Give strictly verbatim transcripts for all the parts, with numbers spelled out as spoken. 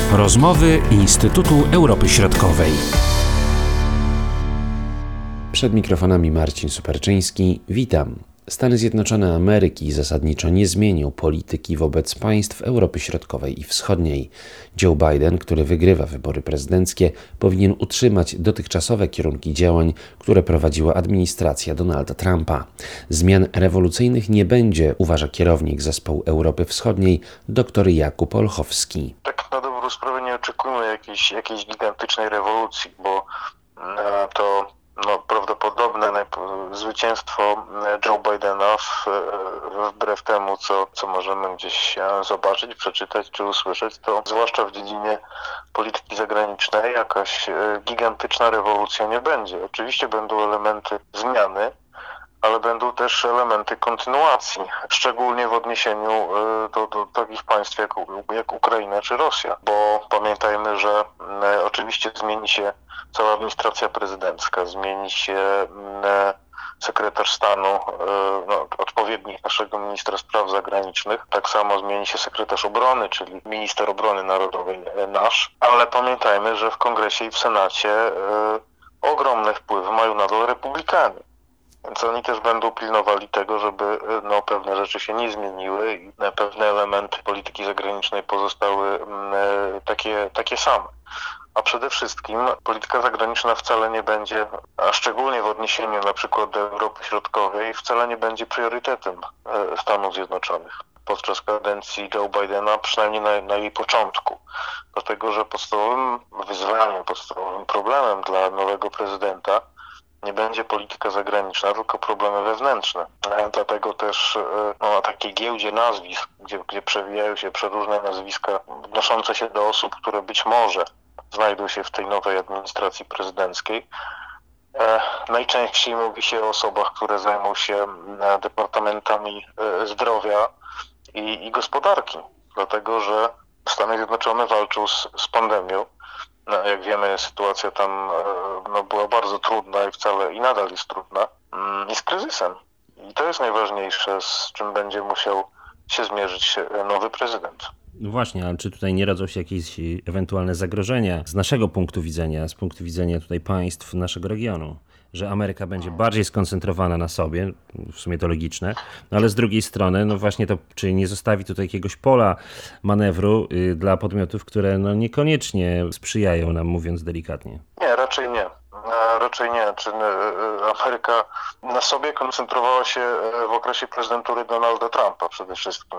Rozmowy Instytutu Europy Środkowej. Przed mikrofonami Marcin Superczyński. Witam. Stany Zjednoczone Ameryki zasadniczo nie zmienią polityki wobec państw Europy Środkowej i Wschodniej. Joe Biden, który wygrywa wybory prezydenckie, powinien utrzymać dotychczasowe kierunki działań, które prowadziła administracja Donalda Trumpa. Zmian rewolucyjnych nie będzie, uważa kierownik Zespołu Europy Wschodniej dr Jakub Olchowski. Tak na dobrą sprawę nie oczekujmy jakiejś, jakiejś gigantycznej rewolucji, bo e, to no, prawdopodobne zwycięstwo Joe Bidena w, wbrew temu, co, co możemy gdzieś zobaczyć, przeczytać czy usłyszeć, to zwłaszcza w dziedzinie polityki zagranicznej jakaś gigantyczna rewolucja nie będzie. Oczywiście będą elementy zmiany, ale będą też elementy kontynuacji, szczególnie w odniesieniu do, do takich państw jak, jak Ukraina czy Rosja, bo pamiętajmy, że oczywiście zmieni się cała administracja prezydencka, zmieni się sekretarz stanu, no, odpowiednik naszego ministra spraw zagranicznych, tak samo zmieni się sekretarz obrony, czyli minister obrony narodowej nasz, ale pamiętajmy, że w Kongresie i w Senacie ogromny wpływ mają nadal republikanie. Więc oni też będą pilnowali tego, żeby no, pewne rzeczy się nie zmieniły i pewne elementy polityki zagranicznej pozostały e, takie, takie same. A przede wszystkim polityka zagraniczna wcale nie będzie, a szczególnie w odniesieniu na przykład do Europy Środkowej, wcale nie będzie priorytetem e, Stanów Zjednoczonych podczas kadencji Joe Bidena, przynajmniej na, na jej początku. Dlatego, że podstawowym wyzwaniem, podstawowym problemem dla nowego prezydenta nie będzie polityka zagraniczna, tylko problemy wewnętrzne. Dlatego też no, na takiej giełdzie nazwisk, gdzie, gdzie przewijają się przeróżne nazwiska odnoszące się do osób, które być może znajdą się w tej nowej administracji prezydenckiej, e, najczęściej mówi się o osobach, które zajmą się departamentami zdrowia i, i gospodarki. Dlatego, że Stany Zjednoczone walczą z, z pandemią. No, jak wiemy, sytuacja tam no, była bardzo trudna i wcale i nadal jest trudna, i z kryzysem. I to jest najważniejsze, z czym będzie musiał się zmierzyć nowy prezydent. No właśnie, ale czy tutaj nie rodzą się jakieś ewentualne zagrożenia z naszego punktu widzenia, z punktu widzenia tutaj państw naszego regionu? Że Ameryka będzie bardziej skoncentrowana na sobie, w sumie to logiczne, no ale z drugiej strony, no właśnie to, czy nie zostawi tutaj jakiegoś pola manewru y, dla podmiotów, które no niekoniecznie sprzyjają nam, mówiąc delikatnie? Nie, raczej nie. Raczej nie. Czy Ameryka na sobie koncentrowała się w okresie prezydentury Donalda Trumpa przede wszystkim.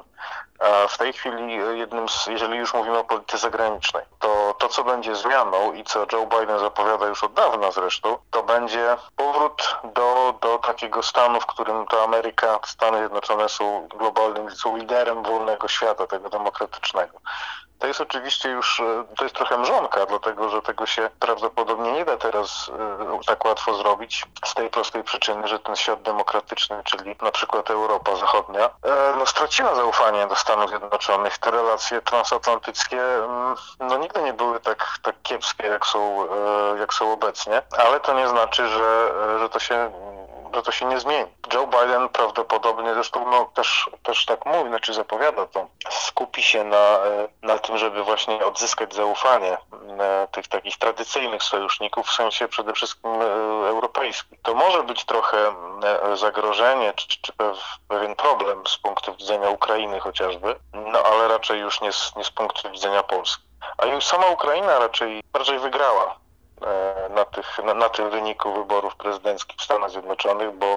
A w tej chwili jednym z, jeżeli już mówimy o polityce zagranicznej, to to, co będzie zmianą i co Joe Biden zapowiada już od dawna zresztą, to będzie powrót do, do takiego stanu, w którym to Ameryka, Stany Zjednoczone są globalnym, są liderem wolnego świata, tego demokratycznego. To jest oczywiście już, to jest trochę mrzonka, dlatego że tego się prawdopodobnie nie da teraz y, tak łatwo zrobić z tej prostej przyczyny, że ten świat demokratyczny, czyli na przykład Europa Zachodnia, y, no straciła zaufanie do Stanów Zjednoczonych. Te relacje transatlantyckie y, no nigdy nie były tak, tak kiepskie, jak są, y, jak są obecnie, ale to nie znaczy, że, że to się że to się nie zmieni. Joe Biden prawdopodobnie, zresztą no, też, też tak mówi, znaczy zapowiada to, skupi się na, na tym, żeby właśnie odzyskać zaufanie tych takich tradycyjnych sojuszników, w sensie przede wszystkim europejskim. To może być trochę zagrożenie, czy, czy pewien problem z punktu widzenia Ukrainy chociażby, no ale raczej już nie z, nie z punktu widzenia Polski. A już sama Ukraina raczej, raczej wygrała na, tych, na, na tym wyniku wyborów prezydenckich w Stanach Zjednoczonych, bo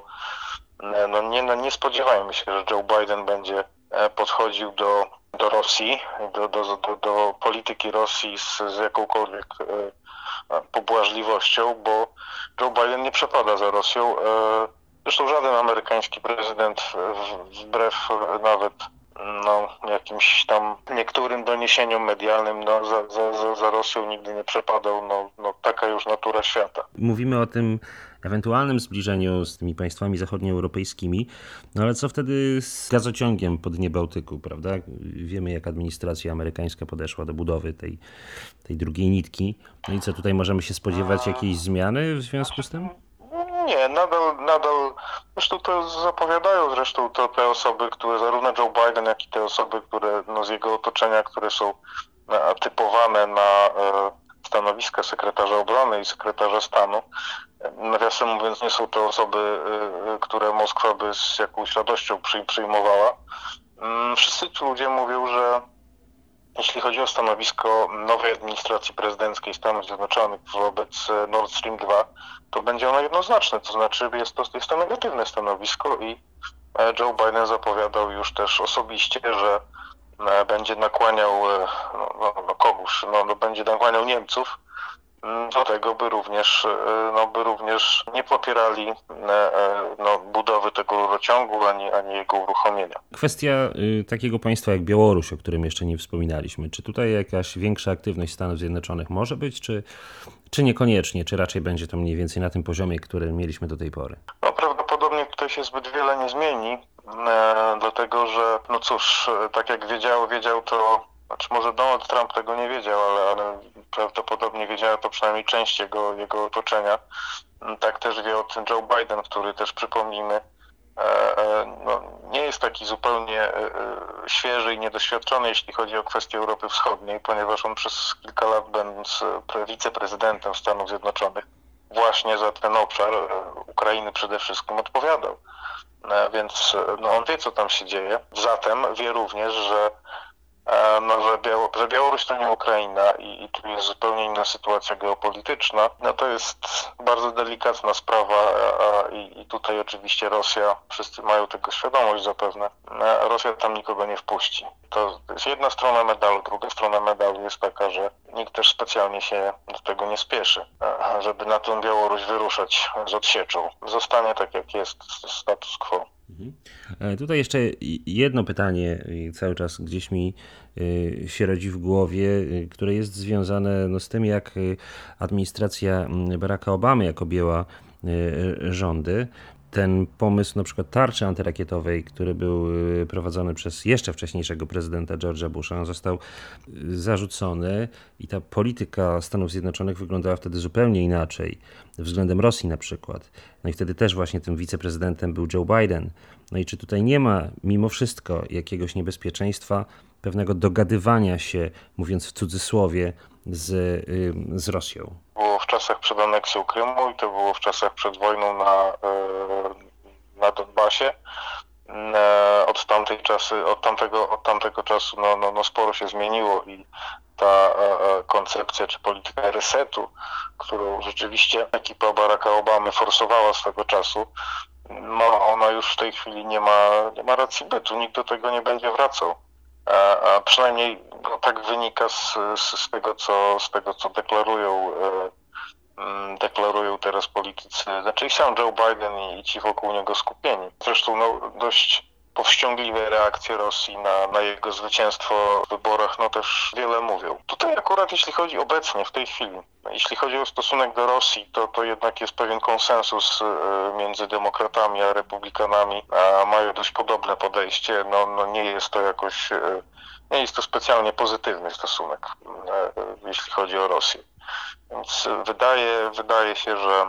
no nie, no nie spodziewajmy się, że Joe Biden będzie podchodził do, do Rosji, do, do, do, do polityki Rosji z, z jakąkolwiek pobłażliwością, bo Joe Biden nie przepada za Rosją. Zresztą żaden amerykański prezydent, wbrew nawet no, jakimś tam niektórym doniesieniom medialnym no, za, za, za Rosją nigdy nie przepadał, no, no taka już natura świata. Mówimy o tym ewentualnym zbliżeniu z tymi państwami zachodnioeuropejskimi, no ale co wtedy z gazociągiem po dnie Bałtyku, prawda? Wiemy, jak administracja amerykańska podeszła do budowy tej, tej drugiej nitki. No i co, tutaj możemy się spodziewać jakiejś zmiany w związku z tym? Nie, nadal, nadal, zresztą to zapowiadają zresztą to te osoby, które, zarówno Joe Biden, jak i te osoby, które no, z jego otoczenia, które są typowane na stanowiska sekretarza obrony i sekretarza stanu. Nawiasem mówiąc, nie są to osoby, które Moskwa by z jakąś radością przyjmowała. Wszyscy ci ludzie mówią, że jeśli chodzi o stanowisko nowej administracji prezydenckiej Stanów Zjednoczonych wobec Nord Stream dwa, to będzie ono jednoznaczne, to znaczy jest to, jest to negatywne stanowisko i Joe Biden zapowiadał już też osobiście, że będzie nakłaniał no, no, no kogoś, no, no, będzie nakłaniał Niemców do tego, by również, no, by również nie popierali no, budowy tego rurociągu, ani, ani jego uruchomienia. Kwestia y, takiego państwa jak Białoruś, o którym jeszcze nie wspominaliśmy. Czy tutaj jakaś większa aktywność Stanów Zjednoczonych może być, czy, czy niekoniecznie? Czy raczej będzie to mniej więcej na tym poziomie, który mieliśmy do tej pory? No prawdopodobnie tutaj się zbyt wiele nie zmieni, e, dlatego że, no cóż, tak jak wiedział, wiedział to, znaczy może Donald Trump tego nie wiedział, ale, ale prawdopodobnie wiedziała to przynajmniej część jego, jego otoczenia. Tak też wie o tym Joe Biden, który też, przypomnijmy, no, nie jest taki zupełnie świeży i niedoświadczony, jeśli chodzi o kwestię Europy Wschodniej, ponieważ on przez kilka lat, będąc wiceprezydentem Stanów Zjednoczonych, właśnie za ten obszar Ukrainy przede wszystkim odpowiadał. Więc no, on wie, co tam się dzieje. Zatem wie również, że No, że, Biało- że Białoruś to nie Ukraina i, i tu jest zupełnie inna sytuacja geopolityczna. No to jest bardzo delikatna sprawa a, i, i tutaj oczywiście Rosja, wszyscy mają tego świadomość zapewne, a Rosja tam nikogo nie wpuści. To jest jedna strona medalu, druga strona medalu jest taka, że nikt też specjalnie się do tego nie spieszy, a, żeby na tę Białoruś wyruszać z odsieczą. Zostanie tak, jak jest, status quo. Mhm. Tutaj jeszcze jedno pytanie cały czas gdzieś mi się rodzi w głowie, które jest związane no, z tym, jak administracja Baracka Obamy, jak objęła rządy. Ten pomysł na przykład tarczy antyrakietowej, który był prowadzony przez jeszcze wcześniejszego prezydenta George'a Busha, on został zarzucony i ta polityka Stanów Zjednoczonych wyglądała wtedy zupełnie inaczej względem Rosji na przykład. No i wtedy też właśnie tym wiceprezydentem był Joe Biden. No i czy tutaj nie ma mimo wszystko jakiegoś niebezpieczeństwa pewnego dogadywania się, mówiąc w cudzysłowie, z, z Rosją? Było w czasach przed aneksją Krymu i to było w czasach przed wojną na, na Donbasie. Od tamtej czasy, od tamtego, od tamtego czasu no, no, no sporo się zmieniło i ta koncepcja czy polityka resetu, którą rzeczywiście ekipa Baracka Obamy forsowała swego czasu, no ona już w tej chwili nie ma, nie ma racji bytu, nikt do tego nie będzie wracał. A, a przynajmniej no, tak wynika z, z, z tego, co, z tego, co deklarują, e, deklarują teraz politycy, znaczy sam Joe Biden i, i ci wokół niego skupieni. Zresztą no, dość powściągliwe reakcje Rosji na, na jego zwycięstwo w wyborach, no też wiele mówią. Tutaj akurat jeśli chodzi obecnie, w tej chwili, jeśli chodzi o stosunek do Rosji, to, to jednak jest pewien konsensus między demokratami a republikanami, a mają dość podobne podejście. No, no nie jest to jakoś, nie jest to specjalnie pozytywny stosunek, jeśli chodzi o Rosję. Więc wydaje, wydaje się, że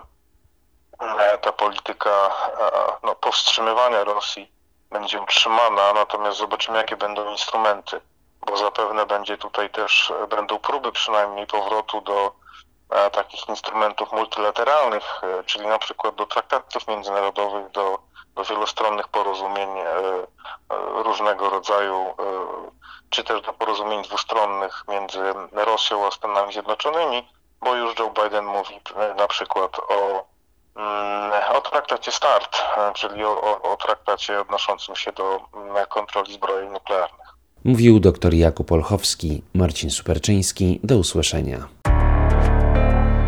ta polityka no, powstrzymywania Rosji będzie utrzymana, natomiast zobaczymy, jakie będą instrumenty, bo zapewne będzie tutaj też, będą próby przynajmniej powrotu do e, takich instrumentów multilateralnych, e, czyli na przykład do traktatów międzynarodowych, do, do wielostronnych porozumień e, e, różnego rodzaju, e, czy też do porozumień dwustronnych między Rosją a Stanami Zjednoczonymi, bo już Joe Biden mówi e, na przykład o O traktacie START, czyli o, o, o traktacie odnoszącym się do kontroli zbrojeń nuklearnych. Mówił dr Jakub Olchowski, Marcin Superczyński. Do usłyszenia.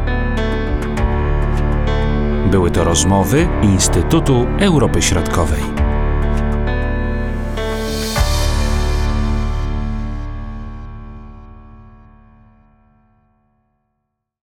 Były to rozmowy Instytutu Europy Środkowej.